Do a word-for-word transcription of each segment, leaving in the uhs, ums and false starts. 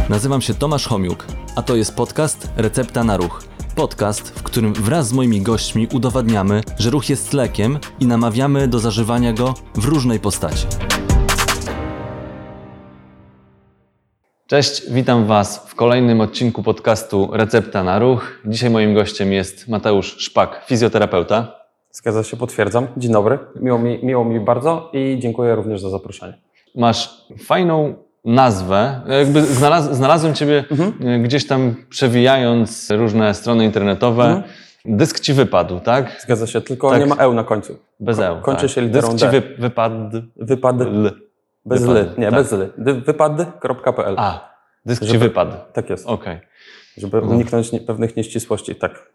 Nazywam się Tomasz Homiuk, a to jest podcast Recepta na ruch. Podcast, w którym wraz z moimi gośćmi udowadniamy, że ruch jest lekiem i namawiamy do zażywania go w różnej postaci. Cześć, witam Was w kolejnym odcinku podcastu Recepta na ruch. Dzisiaj moim gościem jest Mateusz Szpak, fizjoterapeuta. Zgadza się, potwierdzam. Dzień dobry. Miło mi, miło mi bardzo i dziękuję również za zaproszenie. Masz fajną nazwę. Jakby znalaz, znalazłem Ciebie mhm. gdzieś tam przewijając różne strony internetowe. Mhm. Dysk Ci wypadł, tak? Zgadza się, tylko tak. nie ma eł na końcu. Bez eł. Kończy tak. się literą Dysk D. Ci wy, wypadł. Wypadł. L. Bez wypadł, L. Nie, tak. bez L. wypadł kropka pe el. A, dysk Żeby, Ci wypadł. Tak jest. Okej. Okay. Żeby no. uniknąć nie, pewnych nieścisłości, tak.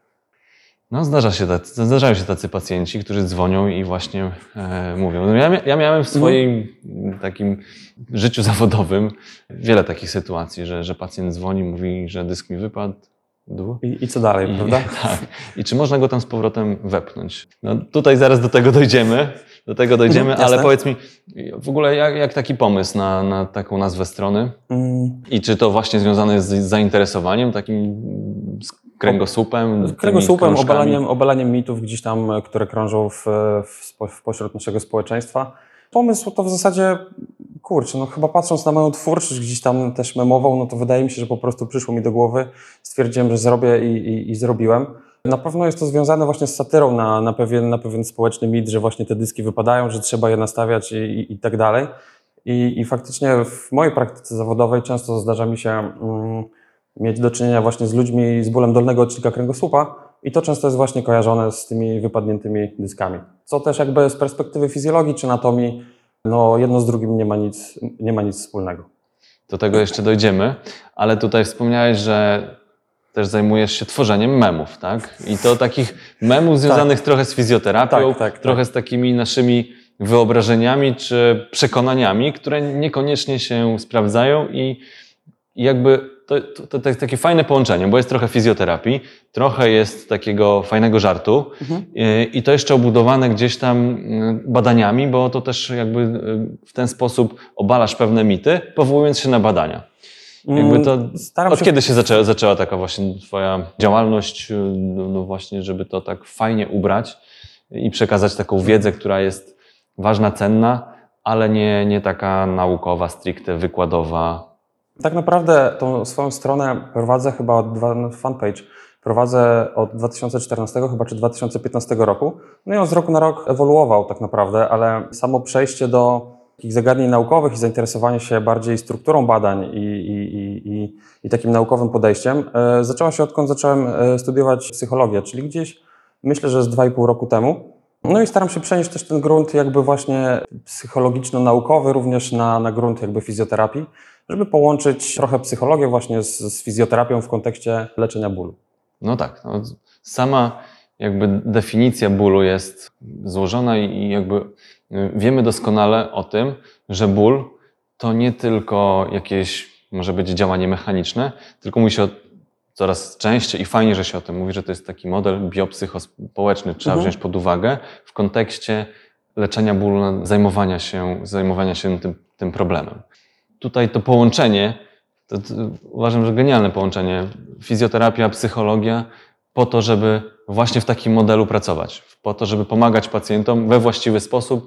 No zdarza się tacy, zdarzają się tacy pacjenci, którzy dzwonią i właśnie e, mówią. No, ja, ja miałem w swoim mhm. takim życiu zawodowym wiele takich sytuacji, że, że pacjent dzwoni, mówi, że dysk mi wypadł. I, I co dalej, I, prawda? Tak. I czy można go tam z powrotem wepchnąć? No tutaj zaraz do tego dojdziemy, do tego dojdziemy, mhm, ale powiedz mi w ogóle jak, jak taki pomysł na, na taką nazwę strony mm. i czy to właśnie związane jest z zainteresowaniem takim z kręgosłupem? Z kręgosłupem, obalaniem, obalaniem mitów gdzieś tam, które krążą w, w, w pośród naszego społeczeństwa. Pomysł to w zasadzie, kurczę, no chyba patrząc na moją twórczość gdzieś tam też memową, no to wydaje mi się, że po prostu przyszło mi do głowy, stwierdziłem, że zrobię i, i, i zrobiłem. Na pewno jest to związane właśnie z satyrą na, na, pewien, na pewien społeczny mit, że właśnie te dyski wypadają, że trzeba je nastawiać i, i, i tak dalej. I, I faktycznie w mojej praktyce zawodowej często zdarza mi się mm, mieć do czynienia właśnie z ludźmi z bólem dolnego odcinka kręgosłupa i to często jest właśnie kojarzone z tymi wypadniętymi dyskami. Co też jakby z perspektywy fizjologii czy anatomii, no jedno z drugim nie ma nic, nie ma nic wspólnego. Do tego jeszcze dojdziemy, ale tutaj wspomniałeś, że też zajmujesz się tworzeniem memów, tak? I to takich memów związanych tak. trochę z fizjoterapią, tak, tak, tak. trochę z takimi naszymi wyobrażeniami czy przekonaniami, które niekoniecznie się sprawdzają i jakby to, to, to jest takie fajne połączenie, bo jest trochę fizjoterapii, trochę jest takiego fajnego żartu mhm. i, i to jeszcze obudowane gdzieś tam badaniami, bo to też jakby w ten sposób obalasz pewne mity, powołując się na badania. Jakby to, od się... kiedy się zaczęła, zaczęła taka właśnie Twoja działalność, no właśnie, żeby to tak fajnie ubrać i przekazać taką wiedzę, która jest ważna, cenna, ale nie, nie taka naukowa, stricte wykładowa. Tak naprawdę tą swoją stronę prowadzę chyba od fanpage, prowadzę od dwa tysiące czternastego chyba czy dwa tysiące piętnastego roku. No i on z roku na rok ewoluował tak naprawdę, ale samo przejście do takich zagadnień naukowych i zainteresowanie się bardziej strukturą badań i, i, i, i takim naukowym podejściem e, zaczęło się odkąd zacząłem studiować psychologię, czyli gdzieś myślę, że z dwa i pół roku temu. No i staram się przenieść też ten grunt jakby właśnie psychologiczno-naukowy również na, na grunt jakby fizjoterapii, żeby połączyć trochę psychologię właśnie z, z fizjoterapią w kontekście leczenia bólu. No tak, no, sama jakby definicja bólu jest złożona i jakby wiemy doskonale o tym, że ból to nie tylko jakieś może być działanie mechaniczne, tylko mówi się o coraz częściej i fajnie, że się o tym mówi, że to jest taki model biopsychospołeczny, trzeba mhm. wziąć pod uwagę w kontekście leczenia bólu, zajmowania się, zajmowania się tym, tym problemem. Tutaj to połączenie, to, to uważam, że genialne połączenie, fizjoterapia, psychologia, po to, żeby właśnie w takim modelu pracować, po to, żeby pomagać pacjentom we właściwy sposób,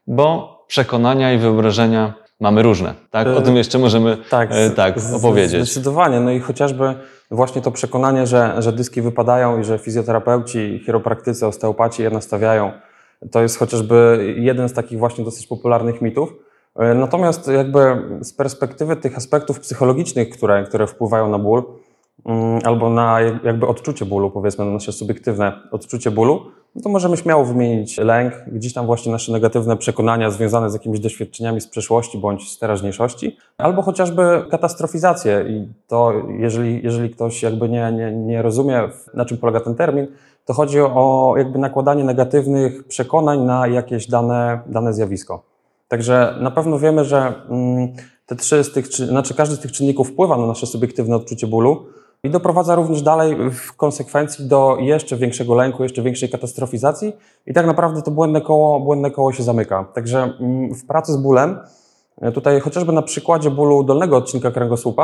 bo przekonania i wyobrażenia mamy różne, tak? O tym jeszcze możemy tak, e, tak opowiedzieć. Zdecydowanie, no i chociażby właśnie to przekonanie, że, że dyski wypadają i że fizjoterapeuci, chiropraktycy, osteopaci je nastawiają, to jest chociażby jeden z takich właśnie dosyć popularnych mitów. Natomiast jakby z perspektywy tych aspektów psychologicznych, które, które wpływają na ból, albo na jakby odczucie bólu, powiedzmy na nasze subiektywne odczucie bólu, no to możemy śmiało wymienić lęk, gdzieś tam właśnie nasze negatywne przekonania związane z jakimiś doświadczeniami z przeszłości bądź z teraźniejszości, albo chociażby katastrofizację i to jeżeli, jeżeli ktoś jakby nie, nie, nie rozumie, na czym polega ten termin, to chodzi o jakby nakładanie negatywnych przekonań na jakieś dane, dane zjawisko. Także na pewno wiemy, że te trzy z tych, znaczy każdy z tych czynników wpływa na nasze subiektywne odczucie bólu i doprowadza również dalej w konsekwencji do jeszcze większego lęku, jeszcze większej katastrofizacji i tak naprawdę to błędne koło, błędne koło się zamyka. Także w pracy z bólem, tutaj chociażby na przykładzie bólu dolnego odcinka kręgosłupa,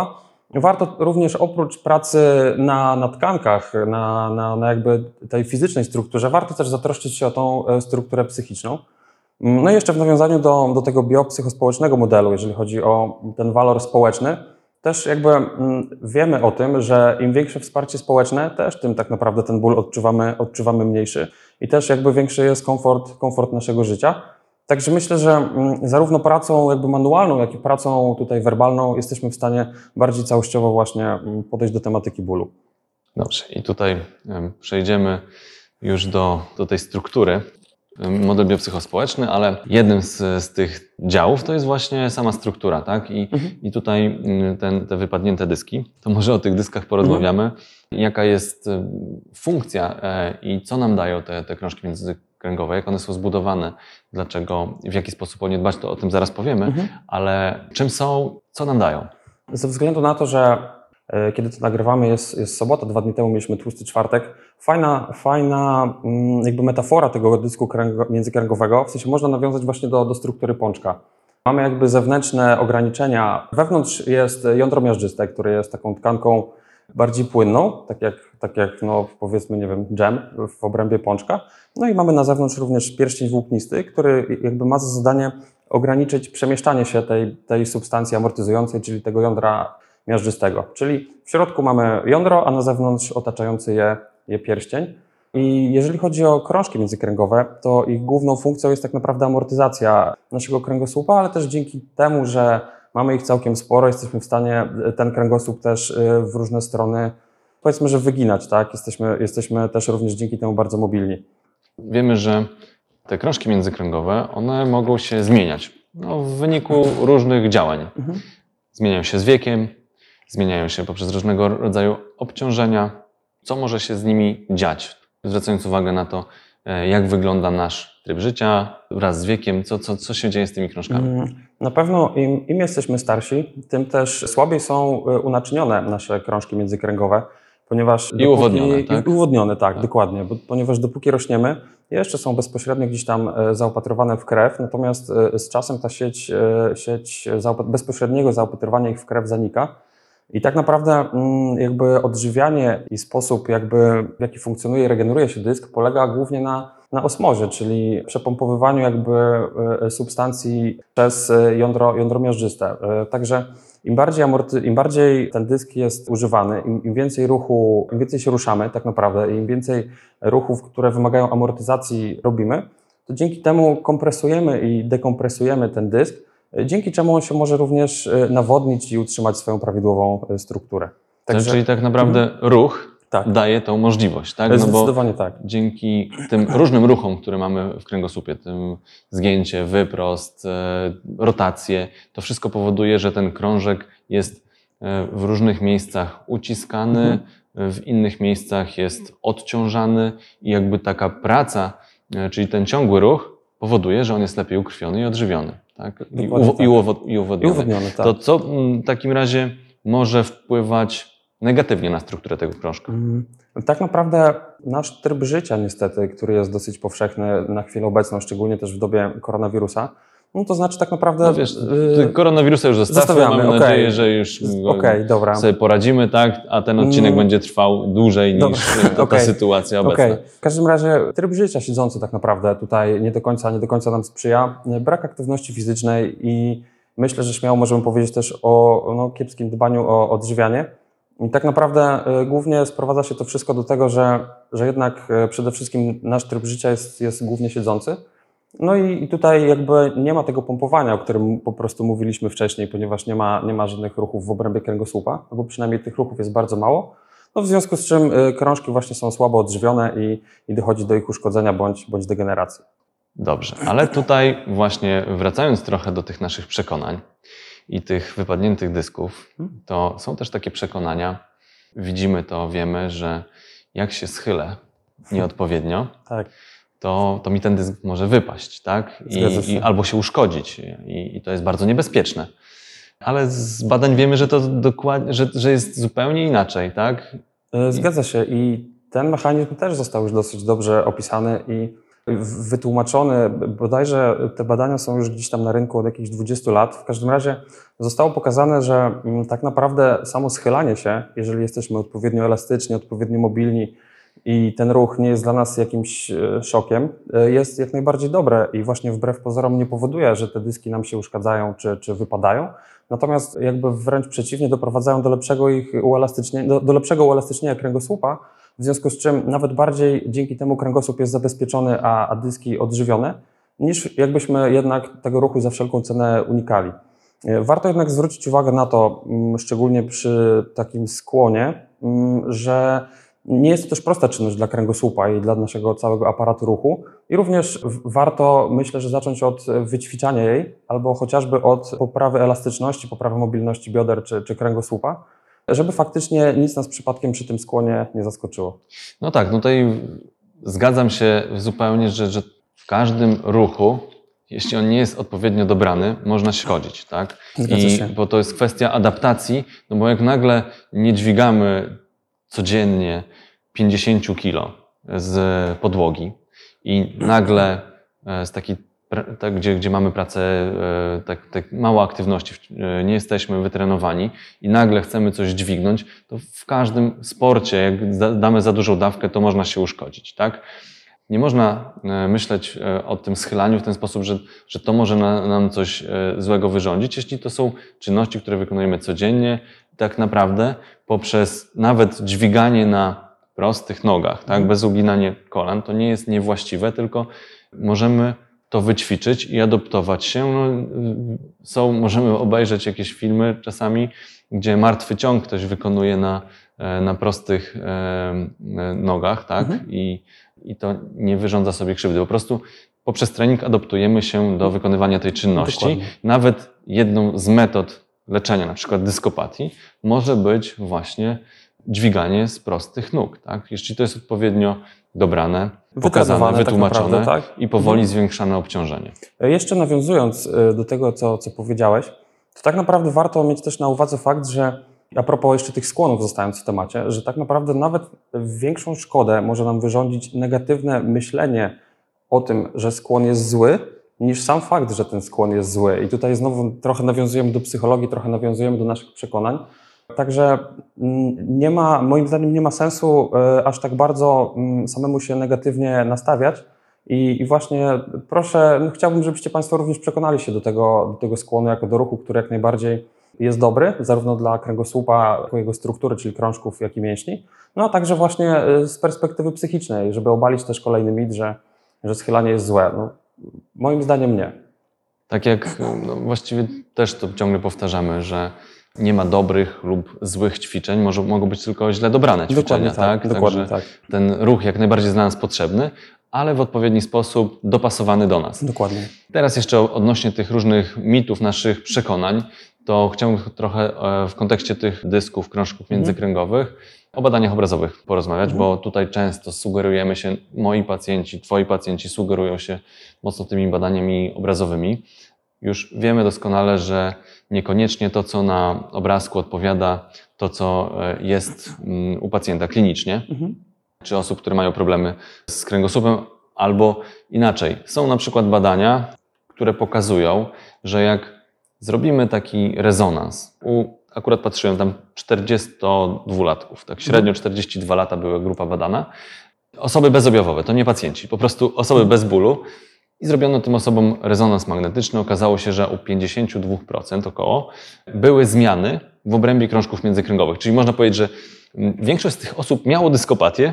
Warto również oprócz pracy na, na tkankach, na, na, na jakby tej fizycznej strukturze, warto też zatroszczyć się o tą strukturę psychiczną. No i jeszcze w nawiązaniu do, do tego biopsychospołecznego modelu, jeżeli chodzi o ten walor społeczny, też jakby wiemy o tym, że im większe wsparcie społeczne, też tym tak naprawdę ten ból odczuwamy, odczuwamy mniejszy i też jakby większy jest komfort, komfort naszego życia. Także myślę, że zarówno pracą jakby manualną, jak i pracą tutaj werbalną jesteśmy w stanie bardziej całościowo właśnie podejść do tematyki bólu. Dobrze, i tutaj przejdziemy już do, do tej struktury. Model biopsychospołeczny, ale jednym z, z tych działów to jest właśnie sama struktura, tak? I, Mhm. i tutaj ten, te wypadnięte dyski, to może o tych dyskach porozmawiamy. Mhm. Jaka jest funkcja i co nam dają te, te krążki międzykręgowe, jak one są zbudowane, dlaczego, w jaki sposób o nie dbać, to o tym zaraz powiemy, mhm. ale czym są, co nam dają? Ze względu na to, że kiedy to nagrywamy, jest, jest sobota, dwa dni temu mieliśmy tłusty czwartek. Fajna, fajna jakby metafora tego dysku kręgo, międzykręgowego, w sensie można nawiązać właśnie do, do struktury pączka. Mamy jakby zewnętrzne ograniczenia. Wewnątrz jest jądro miażdżyste, które jest taką tkanką bardziej płynną, tak jak, tak jak no, powiedzmy, nie wiem, dżem w obrębie pączka. No i mamy na zewnątrz również pierścień włóknisty, który jakby ma za zadanie ograniczyć przemieszczanie się tej, tej substancji amortyzującej, czyli tego jądra miażdżystego. Czyli w środku mamy jądro, a na zewnątrz otaczający je, je pierścień. I jeżeli chodzi o krążki międzykręgowe, to ich główną funkcją jest tak naprawdę amortyzacja naszego kręgosłupa, ale też dzięki temu, że mamy ich całkiem sporo, jesteśmy w stanie ten kręgosłup też w różne strony, powiedzmy, że wyginać, tak? Jesteśmy, jesteśmy też również dzięki temu bardzo mobilni. Wiemy, że te krążki międzykręgowe, one mogą się zmieniać no, w wyniku różnych działań. Mhm. Zmieniają się z wiekiem, zmieniają się poprzez różnego rodzaju obciążenia. Co może się z nimi dziać? Zwracając uwagę na to, jak wygląda nasz tryb życia wraz z wiekiem, co, co, co się dzieje z tymi krążkami? Na pewno im, im jesteśmy starsi, tym też słabiej są unaczynione nasze krążki międzykręgowe, ponieważ... I dopóki, uwodnione, tak? I uwodnione, tak, tak. Dokładnie, bo, ponieważ dopóki rośniemy, jeszcze są bezpośrednio gdzieś tam zaopatrywane w krew, natomiast z czasem ta sieć, sieć bezpośredniego zaopatrywania ich w krew zanika. I tak naprawdę jakby odżywianie i sposób, jakby, w jaki funkcjonuje i regeneruje się dysk, polega głównie na, na osmozie, czyli przepompowywaniu jakby substancji przez jądro, jądro miażdżyste. Także im bardziej, amorty, im bardziej ten dysk jest używany, im, im więcej ruchu, im więcej się ruszamy tak naprawdę, im więcej ruchów, które wymagają amortyzacji robimy, to dzięki temu kompresujemy i dekompresujemy ten dysk, dzięki czemu on się może również nawodnić i utrzymać swoją prawidłową strukturę. Także, czyli tak naprawdę mm, ruch tak. daje tą możliwość, tak? No Zdecydowanie bo tak. Dzięki tym różnym ruchom, które mamy w kręgosłupie, tym zgięcie, wyprost, rotacje, to wszystko powoduje, że ten krążek jest w różnych miejscach uciskany, mhm. w innych miejscach jest odciążany i jakby taka praca, czyli ten ciągły ruch powoduje, że on jest lepiej ukrwiony i odżywiony. Tak? I, uwo- tak. I, uwo- i uwodniony. I uwodniony, tak. To co w takim razie może wpływać negatywnie na strukturę tego krążka? Mm, tak naprawdę nasz tryb życia niestety, który jest dosyć powszechny na chwilę obecną, szczególnie też w dobie koronawirusa, no to znaczy tak naprawdę... No wiesz, yy, koronawirusa już zostawmy, mamy okay. nadzieję, że już okay, dobra. sobie poradzimy, tak? A ten odcinek mm. będzie trwał dłużej niż dobra. ta okay. sytuacja obecna. Okay. W każdym razie tryb życia siedzący tak naprawdę tutaj nie do końca, nie do końca nam sprzyja. Brak aktywności fizycznej i myślę, że śmiało możemy powiedzieć też o no, kiepskim dbaniu o odżywianie. I tak naprawdę y, głównie sprowadza się to wszystko do tego, że, że jednak y, przede wszystkim nasz tryb życia jest, jest głównie siedzący. No i, i tutaj jakby nie ma tego pompowania, o którym po prostu mówiliśmy wcześniej, ponieważ nie ma, nie ma żadnych ruchów w obrębie kręgosłupa, albo przynajmniej tych ruchów jest bardzo mało. No w związku z czym y, krążki właśnie są słabo odżywione i, i dochodzi do ich uszkodzenia bądź, bądź degeneracji. Dobrze, ale tutaj właśnie wracając trochę do tych naszych przekonań i tych wypadniętych dysków, to są też takie przekonania, widzimy to, wiemy, że jak się schylę nieodpowiednio, tak. to, to mi ten dysk może wypaść, tak? I, i albo się uszkodzić I, i to jest bardzo niebezpieczne. Ale z badań wiemy, że to dokładnie, że, że jest zupełnie inaczej, tak? Zgadza się i ten mechanizm też został już dosyć dobrze opisany i wytłumaczony, bodajże te badania są już gdzieś tam na rynku od jakichś dwudziestu lat. W każdym razie zostało pokazane, że tak naprawdę samo schylanie się, jeżeli jesteśmy odpowiednio elastyczni, odpowiednio mobilni i ten ruch nie jest dla nas jakimś szokiem, jest jak najbardziej dobre i właśnie wbrew pozorom nie powoduje, że te dyski nam się uszkadzają czy, czy wypadają. Natomiast jakby wręcz przeciwnie doprowadzają do lepszego ich uelastycznienia, do, do lepszego uelastycznienia kręgosłupa, w związku z czym nawet bardziej dzięki temu kręgosłup jest zabezpieczony, a, a dyski odżywione, niż jakbyśmy jednak tego ruchu za wszelką cenę unikali. Warto jednak zwrócić uwagę na to, szczególnie przy takim skłonie, że nie jest to też prosta czynność dla kręgosłupa i dla naszego całego aparatu ruchu i również warto, myślę, że zacząć od wyćwiczania jej albo chociażby od poprawy elastyczności, poprawy mobilności bioder czy, czy kręgosłupa, żeby faktycznie nic nas przypadkiem przy tym skłonie nie zaskoczyło. No tak, no tutaj zgadzam się zupełnie, że, że w każdym ruchu, jeśli on nie jest odpowiednio dobrany, można się szkodzić, tak? Zgadza I, się. bo to jest kwestia adaptacji, no bo jak nagle nie dźwigamy codziennie pięćdziesiąt kilo z podłogi i nagle z takiej, tak, gdzie, gdzie mamy pracę, tak, tak mało aktywności, nie jesteśmy wytrenowani i nagle chcemy coś dźwignąć, to w każdym sporcie, jak damy za dużą dawkę, to można się uszkodzić, tak? Nie można myśleć o tym schylaniu w ten sposób, że, że to może na, nam coś złego wyrządzić, jeśli to są czynności, które wykonujemy codziennie, tak naprawdę poprzez nawet dźwiganie na prostych nogach, tak, bez uginania kolan, to nie jest niewłaściwe, tylko możemy to wyćwiczyć i adoptować się. No, są, możemy obejrzeć jakieś filmy czasami, gdzie martwy ciąg ktoś wykonuje na, na prostych e, nogach, tak, Mhm. I, i to nie wyrządza sobie krzywdy. Po prostu poprzez trening adoptujemy się do wykonywania tej czynności. Dokładnie. Nawet jedną z metod leczenia, na przykład dyskopatii, może być właśnie dźwiganie z prostych nóg, tak? Jeśli to jest odpowiednio dobrane, pokazane, Wytrenowane tak wytłumaczone naprawdę, tak? i powoli Mhm. zwiększane obciążenie. Jeszcze nawiązując do tego, co, co powiedziałeś, to tak naprawdę warto mieć też na uwadze fakt, że a propos jeszcze tych skłonów, zostając w temacie, że tak naprawdę nawet większą szkodę może nam wyrządzić negatywne myślenie o tym, że skłon jest zły, niż sam fakt, że ten skłon jest zły. I tutaj znowu trochę nawiązujemy do psychologii, trochę nawiązujemy do naszych przekonań. Także nie ma, moim zdaniem nie ma sensu aż tak bardzo samemu się negatywnie nastawiać. I, i właśnie proszę, no chciałbym, żebyście Państwo również przekonali się do tego, do tego skłonu jako do ruchu, który jak najbardziej jest dobry, zarówno dla kręgosłupa, jako jego struktury, czyli krążków, jak i mięśni, no a także właśnie z perspektywy psychicznej, żeby obalić też kolejny mit, że, że schylanie jest złe. No, moim zdaniem nie. Tak jak no właściwie też to ciągle powtarzamy, że nie ma dobrych lub złych ćwiczeń, może, mogą być tylko źle dobrane ćwiczenia. Dokładnie tak, tak? dokładnie Także tak. ten ruch jak najbardziej jest dla nas potrzebny, ale w odpowiedni sposób dopasowany do nas. Dokładnie. Teraz jeszcze odnośnie tych różnych mitów, naszych przekonań, to chciałbym trochę w kontekście tych dysków, krążków międzykręgowych o badaniach obrazowych porozmawiać, bo tutaj często sugerujemy się, moi pacjenci, twoi pacjenci sugerują się mocno tymi badaniami obrazowymi. Już wiemy doskonale, że niekoniecznie to, co na obrazku odpowiada, to, co jest u pacjenta klinicznie, Mhm. czy osób, które mają problemy z kręgosłupem, albo inaczej. Są na przykład badania, które pokazują, że jak zrobimy taki rezonans, u, akurat patrzyłem tam czterdziestodwulatków, tak średnio czterdzieści dwa lata była grupa badana, osoby bezobjawowe, to nie pacjenci, po prostu osoby bez bólu, i zrobiono tym osobom rezonans magnetyczny. Okazało się, że u pięćdziesiąt dwa procent około były zmiany w obrębie krążków międzykręgowych. Czyli można powiedzieć, że większość z tych osób miało dyskopatię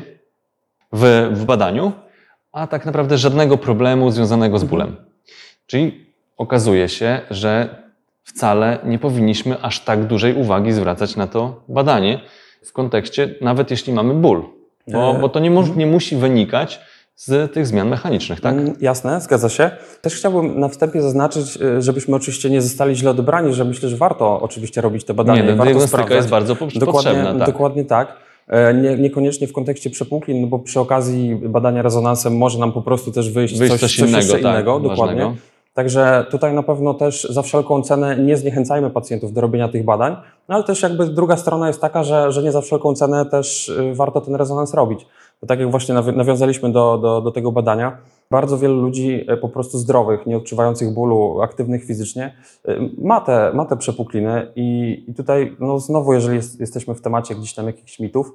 w, w badaniu, a tak naprawdę żadnego problemu związanego z bólem. Czyli okazuje się, że wcale nie powinniśmy aż tak dużej uwagi zwracać na to badanie w kontekście, nawet jeśli mamy ból. Bo, bo to nie, mu, nie musi wynikać z tych zmian mechanicznych, tak? Jasne, zgadza się. Też chciałbym na wstępie zaznaczyć, żebyśmy oczywiście nie zostali źle odebrani, że myślę, że warto oczywiście robić te badania. Nie, warto diagnostyka sprawdzać. jest bardzo dokładnie, potrzebna. Tak. Dokładnie tak. Nie, niekoniecznie w kontekście przepukli, no bo przy okazji badania rezonansem może nam po prostu też wyjść, wyjść coś, coś, coś innego, jeszcze tak, innego. Dokładnie. ważnego. Także tutaj na pewno też za wszelką cenę nie zniechęcajmy pacjentów do robienia tych badań, no ale też jakby druga strona jest taka, że, że nie za wszelką cenę też warto ten rezonans robić. Bo tak jak właśnie nawiązaliśmy do, do, do tego badania, Bardzo wielu ludzi e, po prostu zdrowych, nie odczuwających bólu, aktywnych fizycznie, e, ma te, ma te przepukliny i, i tutaj no znowu, jeżeli jest, jesteśmy w temacie gdzieś tam jakichś mitów,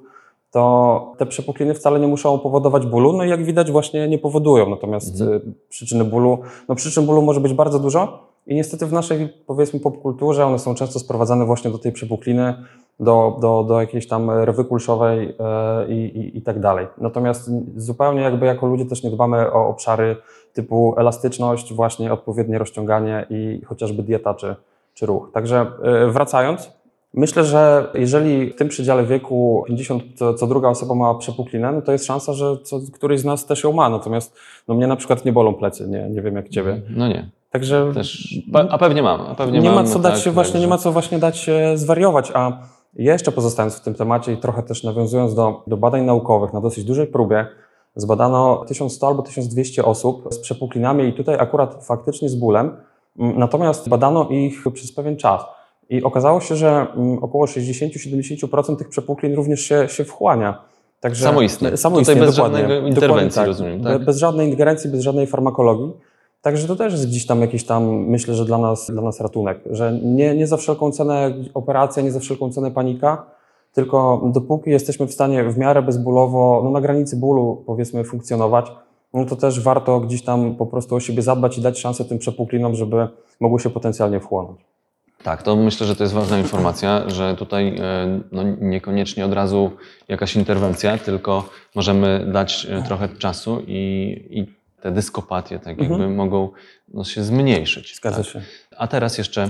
to te przepukliny wcale nie muszą powodować bólu, no i jak widać właśnie nie powodują. Natomiast Mhm. e, przyczyny bólu, no przyczyn bólu może być bardzo dużo i niestety w naszej, powiedzmy, popkulturze one są często sprowadzane właśnie do tej przepukliny, do, do, do jakiejś tam rwy kulszowej e, i, i, i tak dalej. Natomiast zupełnie jakby jako ludzie też nie dbamy o obszary typu elastyczność, właśnie odpowiednie rozciąganie i chociażby dieta czy, czy ruch. Także e, wracając, myślę, że jeżeli w tym przedziale wieku pięćdziesiąt co, co druga osoba ma przepuklinę, no to jest szansa, że co, któryś z nas też ją ma. Natomiast no mnie na przykład nie bolą plecy, nie, nie wiem jak ciebie. No nie. Także Też, pe- a pewnie mam, a pewnie nie mam. ma co no dać tak, się właśnie, także- nie ma co właśnie dać się zwariować, a jeszcze pozostając w tym temacie i trochę też nawiązując do, do badań naukowych, na dosyć dużej próbie zbadano tysiąc sto albo tysiąc dwieście osób z przepuklinami i tutaj akurat faktycznie z bólem, m, natomiast badano ich przez pewien czas i okazało się, że m, około sześćdziesiąt do siedemdziesięciu procent tych przepuklin również się, się wchłania. Także, Samoistnie. Samoistnie, Tutaj bez dokładnie. żadnej Dokładnie interwencji, tak. rozumiem, Be- tak? Bez żadnej ingerencji, bez żadnej farmakologii. Także to też jest gdzieś tam jakiś tam, myślę, że dla nas, dla nas ratunek, że nie, nie za wszelką cenę operacja, nie za wszelką cenę panika, tylko dopóki jesteśmy w stanie w miarę bezbólowo, no na granicy bólu powiedzmy funkcjonować, no to też warto gdzieś tam po prostu o siebie zadbać i dać szansę tym przepuklinom, żeby mogły się potencjalnie wchłonąć. Tak, to myślę, że to jest ważna informacja, że tutaj e, no, niekoniecznie od razu jakaś interwencja, tylko możemy dać e, trochę czasu i, i te dyskopatie tak jakby Mhm. mogą no, się zmniejszyć. Zgadza tak. się. A teraz jeszcze,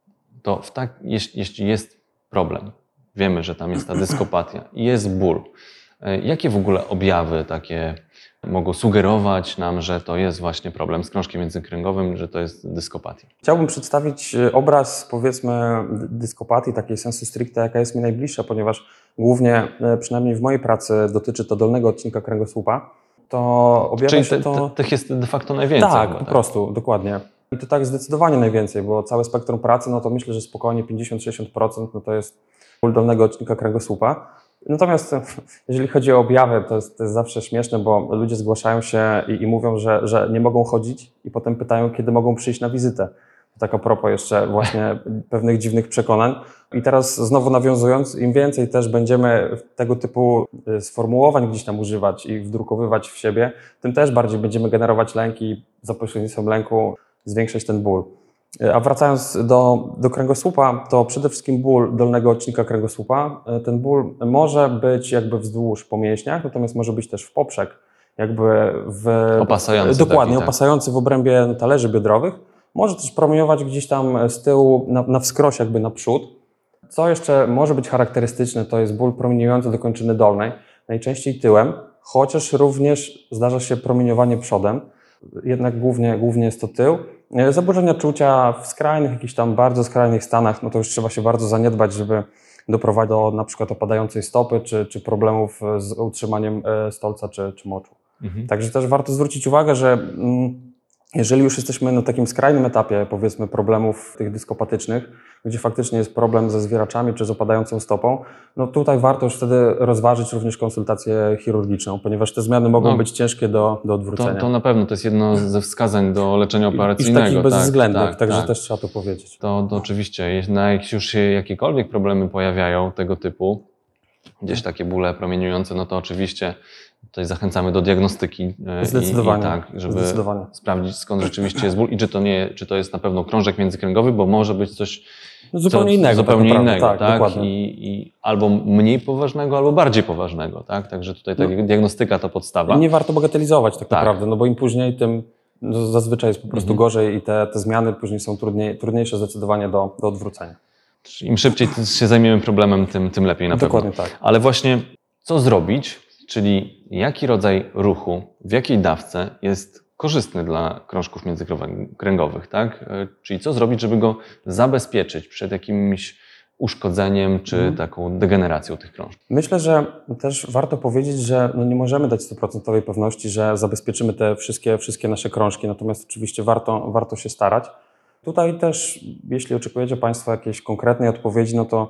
to w tak, jeśli, jeśli jest problem, wiemy, że tam jest ta dyskopatia i jest ból, e, jakie w ogóle objawy takie mogą sugerować nam, że to jest właśnie problem z krążkiem międzykręgowym, że to jest dyskopatia? Chciałbym przedstawić e, obraz, powiedzmy, d- dyskopatii, takiej sensu stricte, jaka jest mi najbliższa, ponieważ głównie, e, przynajmniej w mojej pracy, dotyczy to dolnego odcinka kręgosłupa. To objawia Czyli się te, to... te, tych jest de facto najwięcej. Tak, chyba, po prostu, dokładnie. I to tak zdecydowanie najwięcej, bo całe spektrum pracy, no to myślę, że spokojnie pięćdziesiąt do sześćdziesięciu procent no to jest ból dolnego odcinka kręgosłupa. Natomiast jeżeli chodzi o objawy, to jest, to jest zawsze śmieszne, bo ludzie zgłaszają się i, i mówią, że, że nie mogą chodzić i potem pytają, kiedy mogą przyjść na wizytę. Tak a propos jeszcze właśnie pewnych dziwnych przekonań. I teraz znowu nawiązując, im więcej też będziemy tego typu y, sformułowań gdzieś tam używać i wdrukowywać w siebie, tym też bardziej będziemy generować lęk i za pośrednictwem lęku zwiększać ten ból. Y, A wracając do, do kręgosłupa, to przede wszystkim ból dolnego odcinka kręgosłupa. Y, Ten ból może być jakby wzdłuż po mięśniach, natomiast może być też w poprzek, jakby w... Opasający Dokładnie, taki, tak. opasający w obrębie talerzy biodrowych. Może też promieniować gdzieś tam z tyłu, na, na wskroś jakby naprzód. Co jeszcze może być charakterystyczne, to jest ból promieniujący do kończyny dolnej, najczęściej tyłem, chociaż również zdarza się promieniowanie przodem, jednak głównie, głównie jest to tył. E, Zaburzenia czucia w skrajnych, jakichś tam bardzo skrajnych stanach, no to już trzeba się bardzo zaniedbać, żeby doprowadzić do na przykład opadającej stopy, czy, czy problemów z utrzymaniem e, stolca, czy, czy moczu. Mhm. Także też warto zwrócić uwagę, że mm, jeżeli już jesteśmy na takim skrajnym etapie, powiedzmy, problemów tych dyskopatycznych, gdzie faktycznie jest problem ze zwieraczami czy z opadającą stopą, no tutaj warto już wtedy rozważyć również konsultację chirurgiczną, ponieważ te zmiany mogą No, być ciężkie do, do To, odwrócenia. to na pewno to jest jedno ze wskazań do leczenia I, I w operacyjnego. takich tak, bezwzględnych, tak, także tak. też trzeba to powiedzieć. To, to oczywiście, jeśli na jak już się jakiekolwiek problemy pojawiają tego typu, gdzieś takie bóle promieniujące, no to oczywiście tutaj zachęcamy do diagnostyki e, Zdecydowanie, i, i tak, żeby zdecydowanie. sprawdzić, skąd rzeczywiście jest ból i czy to, nie, czy to jest na pewno krążek międzykręgowy, bo może być coś Zupełnie co, innego. zupełnie tak naprawdę, innego, tak, tak? dokładnie. I, I albo mniej poważnego, albo bardziej poważnego, tak? Także tutaj ta No. diagnostyka to podstawa. Nie warto bagatelizować tak, Tak. naprawdę, no bo im później, tym no, zazwyczaj jest po prostu Mhm. gorzej i te, te zmiany później są trudniej, trudniejsze zdecydowanie do, do odwrócenia. Im szybciej się zajmiemy problemem, tym, tym lepiej na Dokładnie pewno. tak. Ale właśnie co zrobić, czyli jaki rodzaj ruchu, w jakiej dawce jest korzystny dla krążków międzykręgowych, tak? E, Czyli co zrobić, żeby go zabezpieczyć przed jakimś uszkodzeniem czy Mhm. taką degeneracją tych krążków. Myślę, że też warto powiedzieć, że no nie możemy dać stuprocentowej pewności, że zabezpieczymy te wszystkie, wszystkie nasze krążki, natomiast oczywiście warto, warto się starać. Tutaj też, jeśli oczekujecie Państwo jakiejś konkretnej odpowiedzi, no to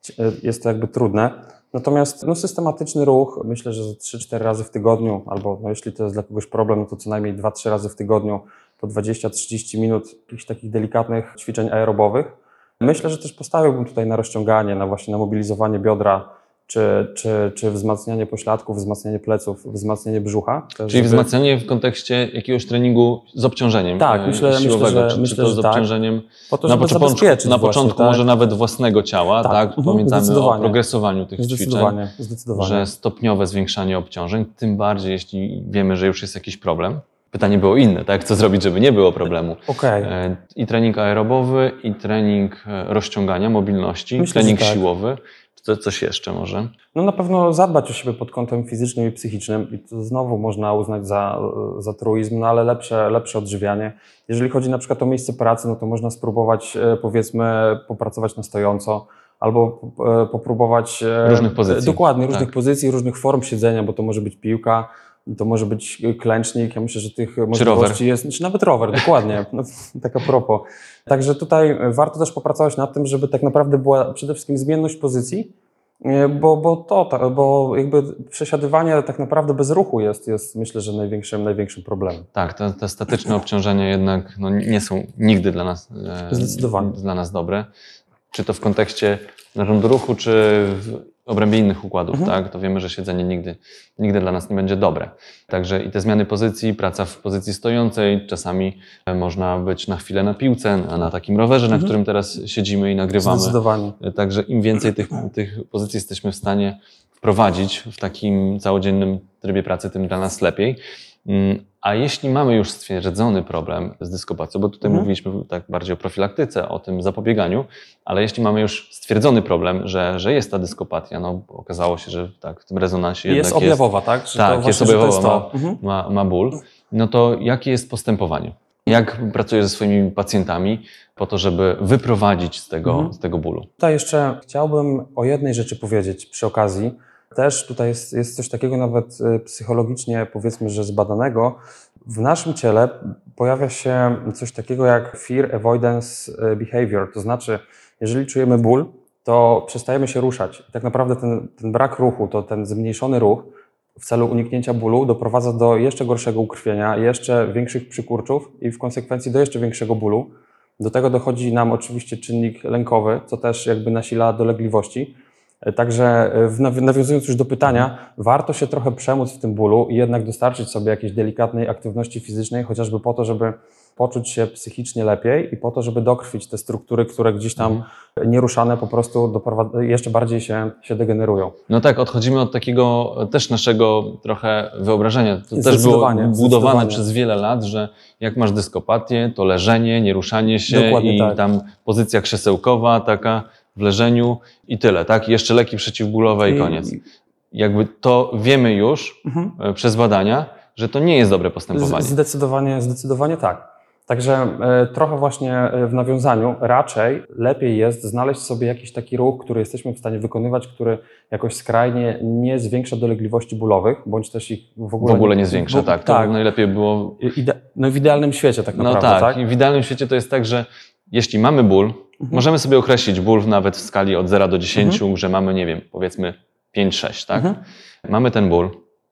jest to jakby trudne. Natomiast no, systematyczny ruch, myślę, że trzy cztery razy w tygodniu, albo no, jeśli to jest dla kogoś problem, no to co najmniej dwa trzy razy w tygodniu, po dwadzieścia trzydzieści minut jakichś takich delikatnych ćwiczeń aerobowych. Myślę, że też postawiłbym tutaj na rozciąganie, na właśnie na mobilizowanie biodra, czy, czy, czy wzmacnianie pośladków, wzmacnianie pleców, wzmacnianie brzucha. Też, Czyli żeby... wzmacnianie w kontekście jakiegoś treningu z obciążeniem Tak, e, myślę- myślę, siłowego, że- czy, czy myślę, to że z tak. obciążeniem Po to, na żeby początku, zabezpieczyć na właśnie, początku tak? może nawet własnego ciała, Tak, tak? mhm, Pamiętamy o zdecydowanie. progresowaniu tych ćwiczeń, Zdecydowanie, zdecydowanie. że stopniowe zwiększanie obciążeń, tym bardziej jeśli wiemy, że już jest jakiś problem. Pytanie było inne, tak? Co zrobić, żeby nie było problemu? Okej. E, I trening aerobowy, i trening e, rozciągania, mobilności, Myślę, trening że tak. siłowy. Czy coś jeszcze może? No na pewno zadbać o siebie pod kątem fizycznym i psychicznym i to znowu można uznać za, za truizm, no ale lepsze, lepsze odżywianie. Jeżeli chodzi na przykład o miejsce pracy, no to można spróbować e, powiedzmy popracować na stojąco albo e, popróbować e, Różnych pozycji. Dokładnie, różnych Tak. pozycji, różnych form siedzenia, bo to może być piłka, to może być klęcznik. Ja myślę, że tych rower. możliwości jest, czy nawet rower, dokładnie, no, tak a propos. Także tutaj warto też popracować nad tym, żeby tak naprawdę była przede wszystkim zmienność pozycji, Bo, bo to, ta- bo jakby przesiadywanie tak naprawdę bez ruchu jest, jest myślę, że największym, największym problemem. Tak, te, te statyczne obciążenia jednak no, nie są nigdy dla nas, e, Zdecydowanie. dla nas dobre. Czy to w kontekście narządu ruchu, czy w obrębie innych układów, Mhm. tak? To wiemy, że siedzenie nigdy, nigdy dla nas nie będzie dobre. Także i te zmiany pozycji, praca w pozycji stojącej, czasami e, można być na chwilę na piłce, na, na takim rowerze, na Mhm. którym teraz siedzimy i nagrywamy. Zdecydowanie. Także im więcej tych, tych pozycji jesteśmy w stanie wprowadzić w takim całodziennym trybie pracy, tym dla nas lepiej. Mm, A jeśli mamy już stwierdzony problem z dyskopacją, bo tutaj Mhm. mówiliśmy tak bardziej o profilaktyce, o tym zapobieganiu, ale jeśli mamy już stwierdzony problem, że, że jest ta dyskopatia, no okazało się, że tak, w tym rezonansie I jest jednak objawowa, tak? Że tak, to jest właśnie, że to objawowa, jest to. Mhm. ma, ma ból, no to jakie jest postępowanie? Jak pracujesz ze swoimi pacjentami po to, żeby wyprowadzić z tego, Mhm. z tego bólu? Tutaj jeszcze chciałbym o jednej rzeczy powiedzieć przy okazji. Też tutaj jest, jest coś takiego nawet y, psychologicznie, powiedzmy, że zbadanego. W naszym ciele pojawia się coś takiego jak fear avoidance y, behavior. To znaczy, jeżeli czujemy ból, to przestajemy się ruszać. I tak naprawdę ten, ten brak ruchu, to ten zmniejszony ruch w celu uniknięcia bólu doprowadza do jeszcze gorszego ukrwienia, jeszcze większych przykurczów i w konsekwencji do jeszcze większego bólu. Do tego dochodzi nam oczywiście czynnik lękowy, co też jakby nasila dolegliwości. Także w naw- nawiązując już do pytania, warto się trochę przemóc w tym bólu i jednak dostarczyć sobie jakiejś delikatnej aktywności fizycznej, chociażby po to, żeby poczuć się psychicznie lepiej i po to, żeby dokrwić te struktury, które gdzieś tam nieruszane po prostu doprowadza- jeszcze bardziej się, się degenerują. No tak, odchodzimy od takiego też naszego trochę wyobrażenia. To też było Zdecydowanie, budowane zdecydowanie. przez wiele lat, że jak masz dyskopatię, to leżenie, nieruszanie się Dokładnie i tak. tam pozycja krzesełkowa taka w leżeniu i tyle, tak? I jeszcze leki przeciwbólowe i, I- koniec. Jakby to wiemy już Mhm. e, przez badania, że to nie jest dobre postępowanie. Z- Zdecydowanie, zdecydowanie tak. Także e, trochę właśnie e, w nawiązaniu raczej lepiej jest znaleźć sobie jakiś taki ruch, który jesteśmy w stanie wykonywać, który jakoś skrajnie nie zwiększa dolegliwości bólowych, bądź też ich w W ogóle, ogóle nie zwiększa, bo- tak. To tak. najlepiej było. Ide- no w idealnym świecie tak No naprawdę, tak. tak? I w idealnym świecie to jest tak, że jeśli mamy ból, możemy sobie określić ból nawet w skali od zera do dziesięciu, że mamy, nie wiem, powiedzmy pięć sześć, tak? Mhm. Mamy ten ból,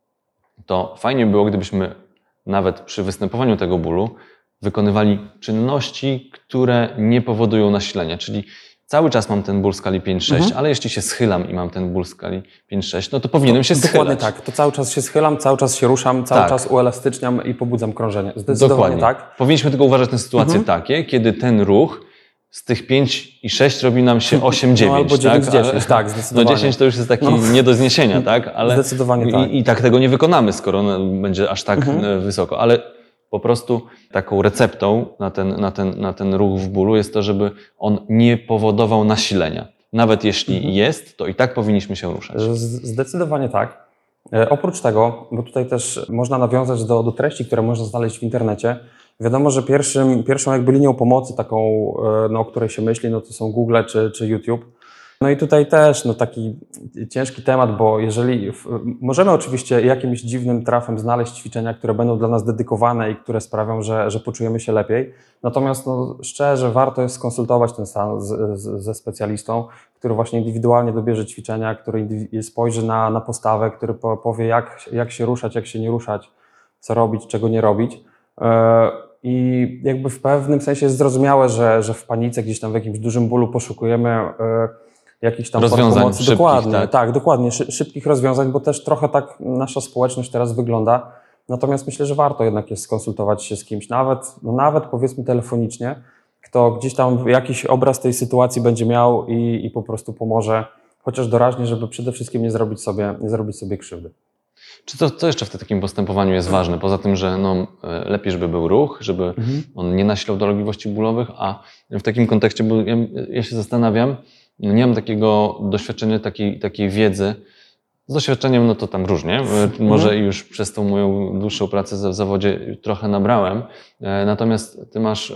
to fajnie by było, gdybyśmy nawet przy występowaniu tego bólu wykonywali czynności, które nie powodują nasilenia, czyli cały czas mam ten ból w skali pięć sześć, Mhm. ale jeśli się schylam i mam ten ból w skali pięć sześć, no to powinienem się schylać. Dokładnie tak. To cały czas się schylam, cały czas się ruszam, cały Tak. czas uelastyczniam i pobudzam krążenie. Zdecydowanie Dokładnie. tak. Powinniśmy tylko uważać na sytuacje Mhm. takie, kiedy ten ruch z tych pięć i sześć robi nam się osiem dziewięć. No albo dziewięć tak? dziesięć, Ale- tak, No zdecydowanie. dziesięć to już jest taki No. nie do zniesienia, tak? Ale Zdecydowanie tak. I, I tak tego nie wykonamy, skoro on będzie aż tak Mhm. e, wysoko. Ale po prostu taką receptą na ten, na, ten, na ten ruch w bólu jest to, żeby on nie powodował nasilenia. Nawet jeśli Mhm. jest, to i tak powinniśmy się ruszać. Z- Zdecydowanie tak. E, oprócz tego, bo tutaj też można nawiązać do, do treści, które można znaleźć w internecie. Wiadomo, że pierwszym, pierwszą jakby linią pomocy taką, e, no, o której się myśli, no to są Google czy, czy YouTube. No i tutaj też no, taki ciężki temat, bo jeżeli w, możemy oczywiście jakimś dziwnym trafem znaleźć ćwiczenia, które będą dla nas dedykowane i które sprawią, że, że poczujemy się lepiej, natomiast no, szczerze warto jest skonsultować ten stan z, z, ze specjalistą, który właśnie indywidualnie dobierze ćwiczenia, który spojrzy na, na postawę, który powie jak, jak się ruszać, jak się nie ruszać, co robić, czego nie robić. I jakby w pewnym sensie jest zrozumiałe, że, że w panice, gdzieś tam w jakimś dużym bólu poszukujemy jakichś tam rozwiązań pomocy. szybkich, dokładnie, tak? tak, dokładnie, szy, szybkich rozwiązań, bo też trochę tak nasza społeczność teraz wygląda. Natomiast myślę, że warto jednak jest skonsultować się z kimś, nawet, no nawet powiedzmy telefonicznie, kto gdzieś tam jakiś obraz tej sytuacji będzie miał i, i po prostu pomoże, chociaż doraźnie, żeby przede wszystkim nie zrobić sobie, nie zrobić sobie krzywdy. Czy to, co jeszcze w takim postępowaniu jest ważne? Poza tym, że no, lepiej, żeby był ruch, żeby Mhm. on nie nasilał dolegliwości bólowych, a w takim kontekście, bo ja, ja się zastanawiam, no nie mam takiego doświadczenia, takiej, takiej wiedzy. Z doświadczeniem no to tam różnie, może Mhm. już przez tą moją dłuższą pracę w zawodzie trochę nabrałem, natomiast ty masz,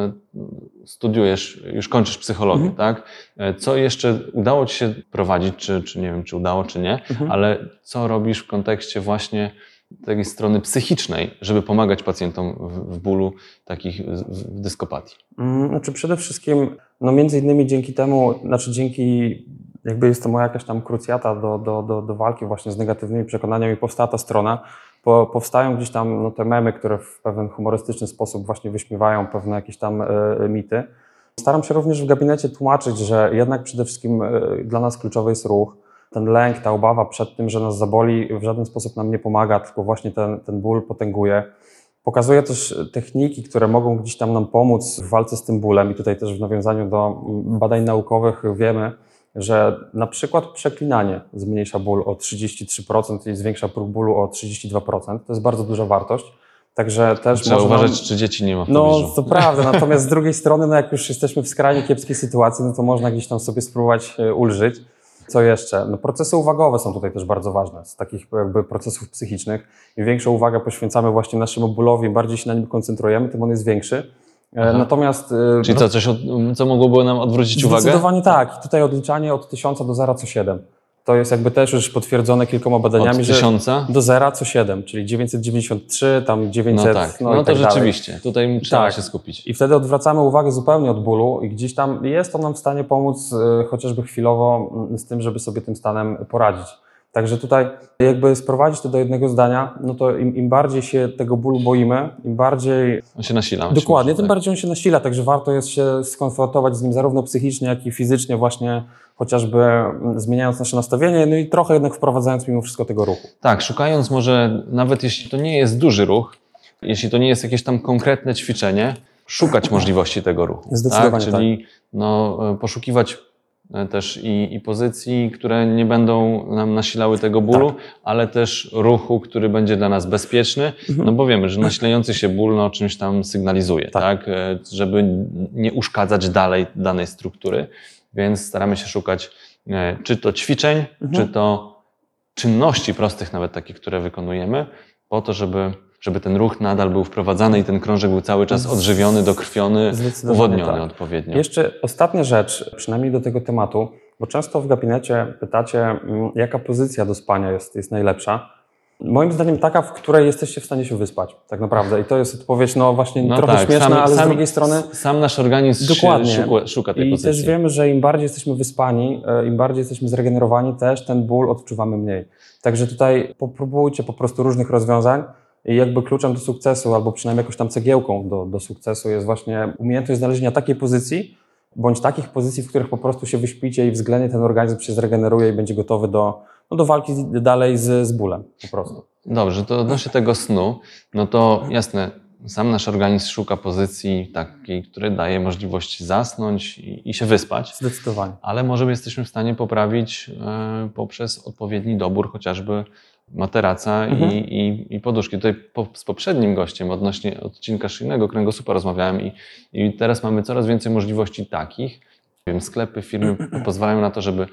studiujesz, już kończysz psychologię, Mhm. tak? Co jeszcze udało ci się prowadzić, czy, czy nie wiem, czy udało, czy nie, Mhm. ale co robisz w kontekście właśnie tej strony psychicznej, żeby pomagać pacjentom w, w bólu, takich w, w dyskopatii? Mm, Znaczy przede wszystkim, no między innymi dzięki temu, znaczy dzięki, jakby jest to moja jakaś tam krucjata do, do, do, do walki właśnie z negatywnymi przekonaniami, powstała ta strona, bo powstają gdzieś tam no, te memy, które w pewien humorystyczny sposób właśnie wyśmiewają pewne jakieś tam y, mity. Staram się również w gabinecie tłumaczyć, że jednak przede wszystkim y, dla nas kluczowy jest ruch. Ten lęk, ta obawa przed tym, że nas zaboli, w żaden sposób nam nie pomaga, tylko właśnie ten, ten ból potęguje. Pokazuje też techniki, które mogą gdzieś tam nam pomóc w walce z tym bólem i tutaj też w nawiązaniu do badań naukowych wiemy, że na przykład przeklinanie zmniejsza ból o trzydzieści trzy procent i zwiększa próg bólu o trzydzieści dwa procent. To jest bardzo duża wartość. Także też Trzeba można... uważać, czy dzieci nie ma w No, pobliżu. to prawda, natomiast z drugiej strony, no jak już jesteśmy w skrajnie kiepskiej sytuacji, no to można gdzieś tam sobie spróbować e, ulżyć. Co jeszcze? No, procesy uwagowe są tutaj też bardzo ważne, z takich jakby procesów psychicznych. Im większą uwagę poświęcamy właśnie naszemu bólowi, im bardziej się na nim koncentrujemy, tym on jest większy. E, Aha. Natomiast... e, Czyli co, coś, od, co mogłoby nam odwrócić uwagę? Zdecydowanie tak. I tutaj odliczanie od tysiąca do zera co siedem. To jest jakby też już potwierdzone kilkoma badaniami, Od że tysiąca? do zera co siedem, czyli dziewięćset dziewięćdziesiąt trzy, tam dziewięćset, No tak, no, no, i to tak dalej. rzeczywiście, tutaj trzeba Tak. się skupić. I wtedy odwracamy uwagę zupełnie od bólu i gdzieś tam jest to nam w stanie pomóc y, chociażby chwilowo y, z tym, żeby sobie tym stanem poradzić. Także tutaj jakby sprowadzić to do jednego zdania, no to im, im bardziej się tego bólu boimy, im bardziej... On się nasila. Dokładnie, myślę, tym tak. bardziej on się nasila, także warto jest się skonfrontować z nim zarówno psychicznie, jak i fizycznie właśnie, chociażby mm, zmieniając nasze nastawienie, no i trochę jednak wprowadzając mimo wszystko tego ruchu. Tak, szukając może, nawet jeśli to nie jest duży ruch, jeśli to nie jest jakieś tam konkretne ćwiczenie, szukać możliwości tego ruchu. Zdecydowanie tak? Czyli no, poszukiwać też i, i pozycji, które nie będą nam nasilały tego bólu, Tak. ale też ruchu, który będzie dla nas bezpieczny, no bo wiemy, że nasilający się ból no, czymś tam sygnalizuje, Tak. tak? E, żeby nie uszkadzać dalej danej struktury, więc staramy się szukać e, czy to ćwiczeń, czy to czynności prostych, nawet takich, które wykonujemy, po to, żeby, żeby ten ruch nadal był wprowadzany i ten krążek był cały czas odżywiony, dokrwiony, Zdecydowanie uwodniony tak. odpowiednio. Jeszcze ostatnia rzecz, przynajmniej do tego tematu, bo często w gabinecie pytacie, mm, jaka pozycja do spania jest, jest najlepsza. Moim zdaniem taka, w której jesteście w stanie się wyspać, tak naprawdę. I to jest odpowiedź, no właśnie No trochę tak, śmieszna, sam- ale z sam- drugiej strony... Sam nasz organizm Dokładnie. się szuka, szuka tej I pozycji. też wiemy, że im bardziej jesteśmy wyspani, e, im bardziej jesteśmy zregenerowani, też ten ból odczuwamy mniej. Także tutaj popróbujcie po prostu różnych rozwiązań i jakby kluczem do sukcesu, albo przynajmniej jakąś tam cegiełką do, do sukcesu jest właśnie umiejętność znalezienia takiej pozycji, bądź takich pozycji, w których po prostu się wyśpicie i względnie ten organizm się zregeneruje i będzie gotowy do, no, do walki dalej z, z bólem po prostu. Dobrze, to odnośnie tego snu, no to jasne, sam nasz organizm szuka pozycji takiej, która daje możliwość zasnąć i, i się wyspać, Zdecydowanie. ale może jesteśmy w stanie poprawić e, poprzez odpowiedni dobór chociażby materaca Mhm. i, i, i poduszki. Tutaj po, z poprzednim gościem odnośnie odcinka szyjnego kręgosłupa rozmawiałem i, i teraz mamy coraz więcej możliwości takich. Wiem, sklepy, firmy pozwalają na to, żeby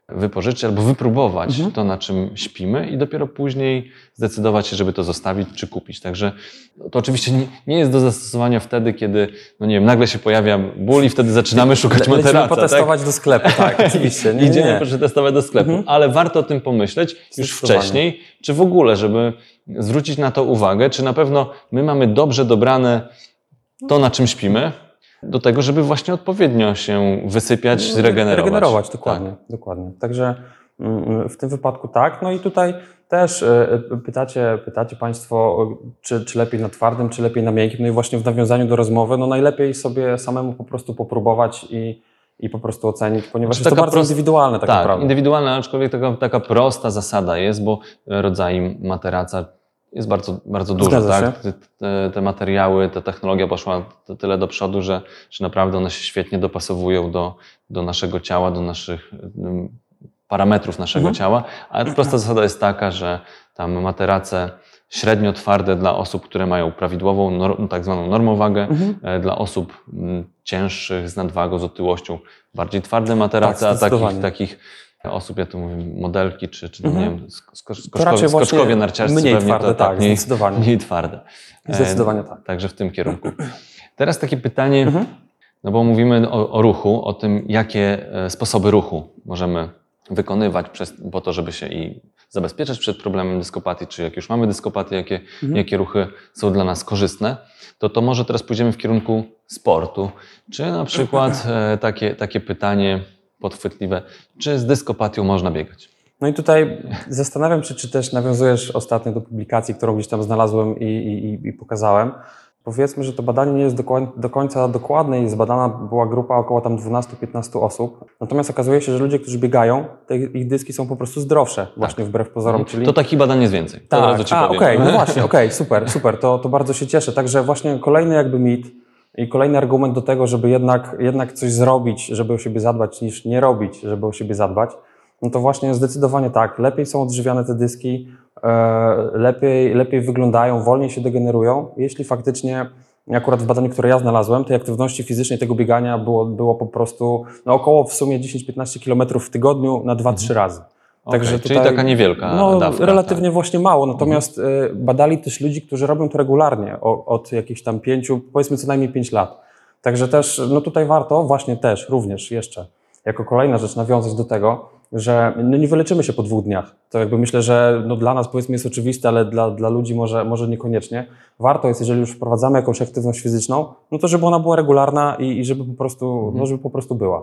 wypożyczyć albo wypróbować Mhm. to, na czym śpimy i dopiero później zdecydować się, żeby to zostawić czy kupić. Także to oczywiście nie, nie jest do zastosowania wtedy, kiedy, no nie wiem, nagle się pojawia ból i wtedy zaczynamy szukać Le- lecimy materaca. potestować tak? do sklepu, tak, oczywiście. Nie, nie, Idziemy nie. przetestować do sklepu, Mhm. ale warto o tym pomyśleć już Zdecydowanie. wcześniej, czy w ogóle, żeby zwrócić na to uwagę, czy na pewno my mamy dobrze dobrane to, na czym śpimy, do tego, żeby właśnie odpowiednio się wysypiać, zregenerować. Regenerować, dokładnie. Tak. dokładnie. Także mm, w tym wypadku tak. No i tutaj też e, pytacie, pytacie Państwo, czy, czy lepiej na twardym, czy lepiej na miękkim. No i właśnie w nawiązaniu do rozmowy, no najlepiej sobie samemu po prostu popróbować i, i po prostu ocenić, ponieważ Znaczy jest to taka bardzo prost- indywidualne tak, Tak, naprawdę. indywidualna, aczkolwiek taka, taka prosta zasada jest, bo rodzaj materaca jest bardzo, bardzo dużo. Zgadza Tak? Te, te, te materiały, ta technologia poszła to tyle do przodu, że, że naprawdę one się świetnie dopasowują do, do naszego ciała, do naszych ym, parametrów naszego Mhm. ciała. A prosta zasada jest taka, że tam materace średnio twarde dla osób, które mają prawidłową, nor- tak zwaną normowagę, Mhm. e, dla osób mm, cięższych, z nadwagą, z otyłością, bardziej twarde materace, Tak, a takich, zdecydowanie. takich osób, ja tu mówię, modelki, czy, czy tam, Mhm. nie wiem, sko- sko- To skoczkowie, raczej właśnie skoczkowie narciarscy mniej pewnie, twarde, to, tak, mniej, zdecydowanie. mniej twarde. E, Zdecydowanie tak. Także w tym kierunku. Teraz takie pytanie, Mhm. no bo mówimy o, o ruchu, o tym, jakie e, sposoby ruchu możemy wykonywać przez, po to, żeby się i zabezpieczać przed problemem dyskopatii, czy jak już mamy dyskopatię, jakie, Mhm. jakie ruchy są dla nas korzystne, to to może teraz pójdziemy w kierunku sportu. Czy na przykład e, takie, takie pytanie podchwytliwe, czy z dyskopatią można biegać? No i tutaj zastanawiam się, czy też nawiązujesz ostatnio do publikacji, którą gdzieś tam znalazłem i, i, i pokazałem. Powiedzmy, że to badanie nie jest do, koń, do końca dokładne i zbadana była grupa około tam dwunastu do piętnastu osób. Natomiast okazuje się, że ludzie, którzy biegają, te ich dyski są po prostu zdrowsze, właśnie wbrew pozorom. Czyli... To takich badań jest więcej. To od Tak, razu ci a powiem. okej, no właśnie, okej, super, super, to, to bardzo się cieszę. Także właśnie kolejny jakby mit i kolejny argument do tego, żeby jednak, jednak coś zrobić, żeby o siebie zadbać, niż nie robić, żeby o siebie zadbać, no to właśnie zdecydowanie tak, lepiej są odżywiane te dyski, e, lepiej, lepiej wyglądają, wolniej się degenerują, jeśli faktycznie, akurat w badaniu, które ja znalazłem, tej aktywności fizycznej, tego biegania było, było po prostu no około w sumie dziesięć do piętnastu kilometrów w tygodniu na dwa trzy razy. Okej, Także czyli tutaj, taka niewielka no, dawka. relatywnie tak. właśnie mało, natomiast y, badali też ludzi, którzy robią to regularnie, o, od jakichś tam pięciu, powiedzmy co najmniej pięć lat. Także też, no tutaj warto właśnie też, również jeszcze, jako kolejna rzecz nawiązać do tego, że no nie wyleczymy się po dwóch dniach. To jakby myślę, że no dla nas powiedzmy jest oczywiste, ale dla, dla ludzi może, może niekoniecznie. Warto jest, jeżeli już wprowadzamy jakąś aktywność fizyczną, no to żeby ona była regularna i, i żeby po prostu, Mhm. no żeby po prostu była.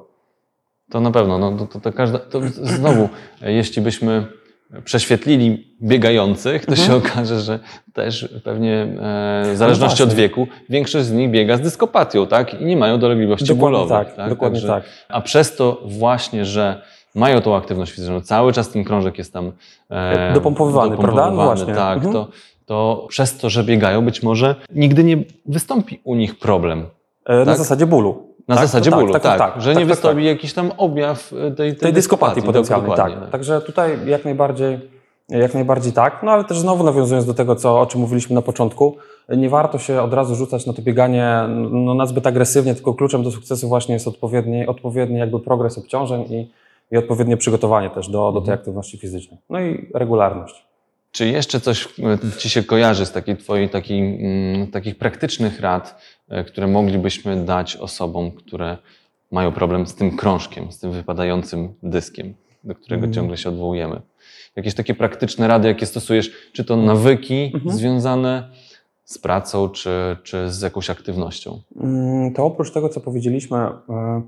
To na pewno. No, to, to, to, każda, to znowu, jeśli byśmy prześwietlili biegających, to Mhm. się okaże, że też pewnie e, w zależności No od właśnie. wieku większość z nich biega z dyskopatią, tak? I nie mają dolegliwości Dokładnie bólowych. tak, dokładnie Także- tak. A przez to właśnie, że mają tą aktywność fizyczną, cały czas ten krążek jest tam e, Dopompowywany, prawda? No właśnie. Tak, Mhm. to, to przez to, że biegają, być może nigdy nie wystąpi u nich problem. E, Na Tak? zasadzie bólu. Na Tak? zasadzie No bólu, tak, tak, że tak, nie tak, wystąpi jakiś tam objaw tej, tej, tej dyskopatii potencjalnej, dokładnie, tak. Także tutaj jak najbardziej, jak najbardziej tak. No ale też znowu nawiązując do tego, co, o czym mówiliśmy na początku, nie warto się od razu rzucać na to bieganie no, nazbyt agresywnie, tylko kluczem do sukcesu właśnie jest odpowiedni, odpowiedni jakby progres obciążeń i, i odpowiednie przygotowanie też do, do tej aktywności fizycznej. No i regularność. Czy jeszcze coś e, Ci się kojarzy z takiej twojej, takiej, mm, takich praktycznych rad, e, które moglibyśmy dać osobom, które mają problem z tym krążkiem, z tym wypadającym dyskiem, do którego Mm. ciągle się odwołujemy? Jakieś takie praktyczne rady, jakie stosujesz, czy to nawyki Mhm. związane z pracą, czy, czy z jakąś aktywnością? Mm, To oprócz tego, co powiedzieliśmy, y,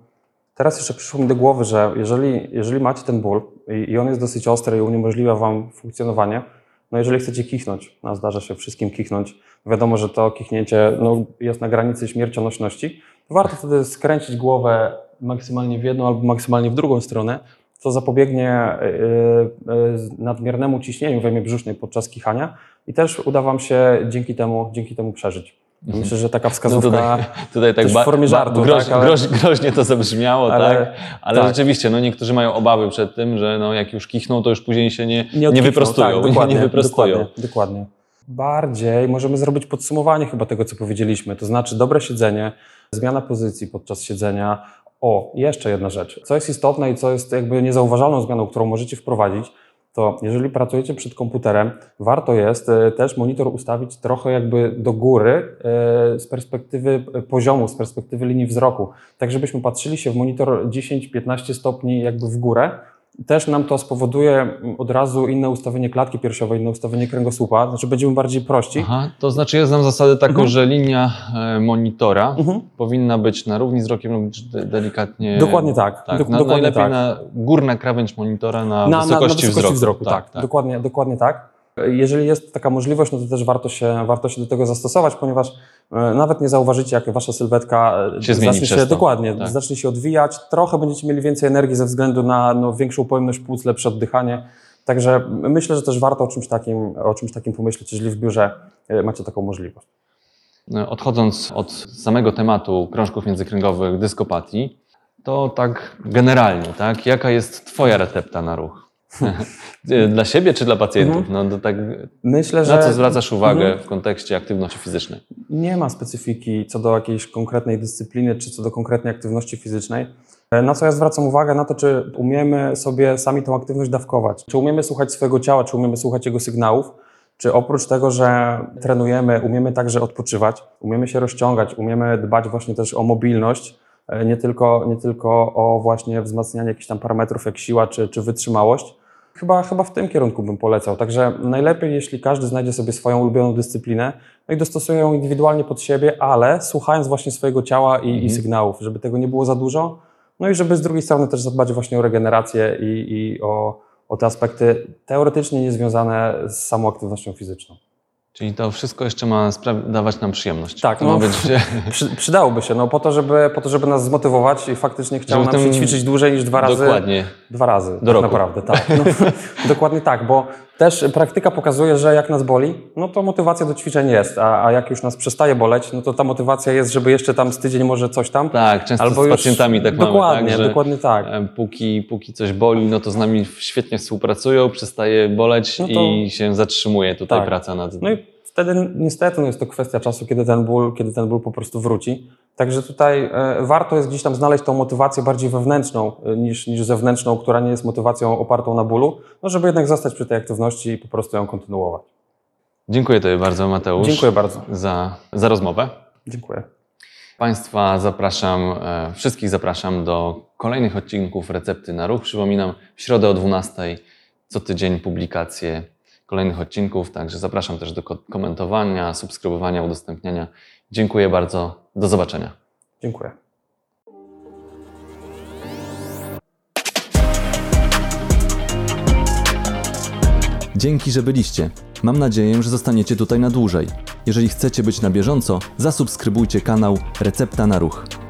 teraz jeszcze przyszło mi do głowy, że jeżeli, jeżeli macie ten ból i, i on jest dosyć ostry i uniemożliwia Wam funkcjonowanie, no jeżeli chcecie kichnąć, no zdarza się wszystkim kichnąć, wiadomo, że to kichnięcie no, jest na granicy śmiercionośności, warto wtedy skręcić głowę maksymalnie w jedną albo maksymalnie w drugą stronę, co zapobiegnie y, y, nadmiernemu ciśnieniu w jamie brzusznej podczas kichania i też uda Wam się dzięki temu, dzięki temu przeżyć. Myślę, że taka wskazówka... No tutaj, tutaj tak też w ba- formie ba- żartu, groź, tak, ale- groź, groźnie to zabrzmiało, Ale- tak? Ale tak. rzeczywiście, no niektórzy mają obawy przed tym, że no jak już kichną, to już później się nie, nie, odkichnął, wyprostują. tak, nie, dokładnie, nie wyprostują. Dokładnie, dokładnie. Bardziej możemy zrobić podsumowanie chyba tego, co powiedzieliśmy. To znaczy dobre siedzenie, zmiana pozycji podczas siedzenia, O, i jeszcze jedna rzecz. Co jest istotne i co jest jakby niezauważalną zmianą, którą możecie wprowadzić, to jeżeli pracujecie przed komputerem, warto jest e, też monitor ustawić trochę jakby do góry e, z perspektywy poziomu, z perspektywy linii wzroku, tak żebyśmy patrzyli się w monitor dziesięć piętnaście stopni jakby w górę. Też nam to spowoduje od razu inne ustawienie klatki piersiowej, inne ustawienie kręgosłupa, znaczy będziemy bardziej prości. Aha, to znaczy ja znam zasadę taką, Mhm. że linia e, monitora Mhm. powinna być na równi z wzrokiem lub de- delikatnie... Dokładnie tak. tak. Dok- Na, dokładnie najlepiej tak. na górna krawędź monitora na, na, wysokości, na, na wysokości wzroku. wzroku. Tak, tak. Dokładnie, dokładnie tak. Jeżeli jest taka możliwość, no to też warto się, warto się do tego zastosować, ponieważ e, nawet nie zauważycie, jak wasza sylwetka e, Się zmieni zacznie przez się, to. dokładnie, Tak. zacznie się odwijać, trochę będziecie mieli więcej energii ze względu na no, większą pojemność płuc, lepsze oddychanie. Także myślę, że też warto o czymś takim, o czymś takim pomyśleć, jeżeli w biurze e, macie taką możliwość. Odchodząc od samego tematu krążków międzykręgowych, dyskopatii, to tak generalnie, tak? Jaka jest Twoja recepta na ruch? Dla siebie czy dla pacjentów? No, to tak, Myślę, że na co zwracasz uwagę Mhm. w kontekście aktywności fizycznej? Nie ma specyfiki co do jakiejś konkretnej dyscypliny, czy co do konkretnej aktywności fizycznej. Na co ja zwracam uwagę? Na to, czy umiemy sobie sami tą aktywność dawkować. Czy umiemy słuchać swojego ciała, czy umiemy słuchać jego sygnałów. Czy oprócz tego, że trenujemy, umiemy także odpoczywać, umiemy się rozciągać, umiemy dbać właśnie też o mobilność, nie tylko, nie tylko o właśnie wzmacnianie jakichś tam parametrów jak siła czy, czy wytrzymałość. Chyba, chyba w tym kierunku bym polecał. Także najlepiej, jeśli każdy znajdzie sobie swoją ulubioną dyscyplinę, no i dostosuje ją indywidualnie pod siebie, ale słuchając właśnie swojego ciała i, Mhm. i sygnałów, żeby tego nie było za dużo. No i żeby z drugiej strony też zadbać właśnie o regenerację i, i o, o te aspekty teoretycznie niezwiązane z samą aktywnością fizyczną. Czyli to wszystko jeszcze ma spra- dawać nam przyjemność. Tak, to no. ma być... Przy, przydałoby się, no po to, żeby, po to, żeby nas zmotywować i faktycznie chciało Żeby nam się tym- ćwiczyć dłużej niż dwa razy. Dokładnie. Dwa razy, Do tak roku. naprawdę, tak. No, dokładnie tak, bo też praktyka pokazuje, że jak nas boli, no to motywacja do ćwiczeń jest, a, a jak już nas przestaje boleć, no to ta motywacja jest, żeby jeszcze tam z tydzień może coś tam. Tak, często Albo z już- pacjentami tak dokładnie, mamy, tak, że dokładnie tak. e, póki, póki coś boli, no to z nami świetnie współpracują, przestaje boleć No to- i się zatrzymuje tutaj Tak. praca nad... No i wtedy niestety no jest to kwestia czasu, kiedy ten ból, kiedy ten ból po prostu wróci. Także tutaj e, warto jest gdzieś tam znaleźć tą motywację bardziej wewnętrzną e, niż, niż zewnętrzną, która nie jest motywacją opartą na bólu, no żeby jednak zostać przy tej aktywności i po prostu ją kontynuować. Dziękuję Tobie bardzo, Mateusz, Dziękuję bardzo. za, za rozmowę. Dziękuję. Państwa zapraszam, e, wszystkich zapraszam do kolejnych odcinków Recepty na Ruch. Przypominam, w środę o dwunastej co tydzień publikacje kolejnych odcinków, także zapraszam też do ko- komentowania, subskrybowania, udostępniania. Dziękuję bardzo, do zobaczenia. Dziękuję. Dzięki, że byliście. Mam nadzieję, że zostaniecie tutaj na dłużej. Jeżeli chcecie być na bieżąco, zasubskrybujcie kanał Recepta na Ruch.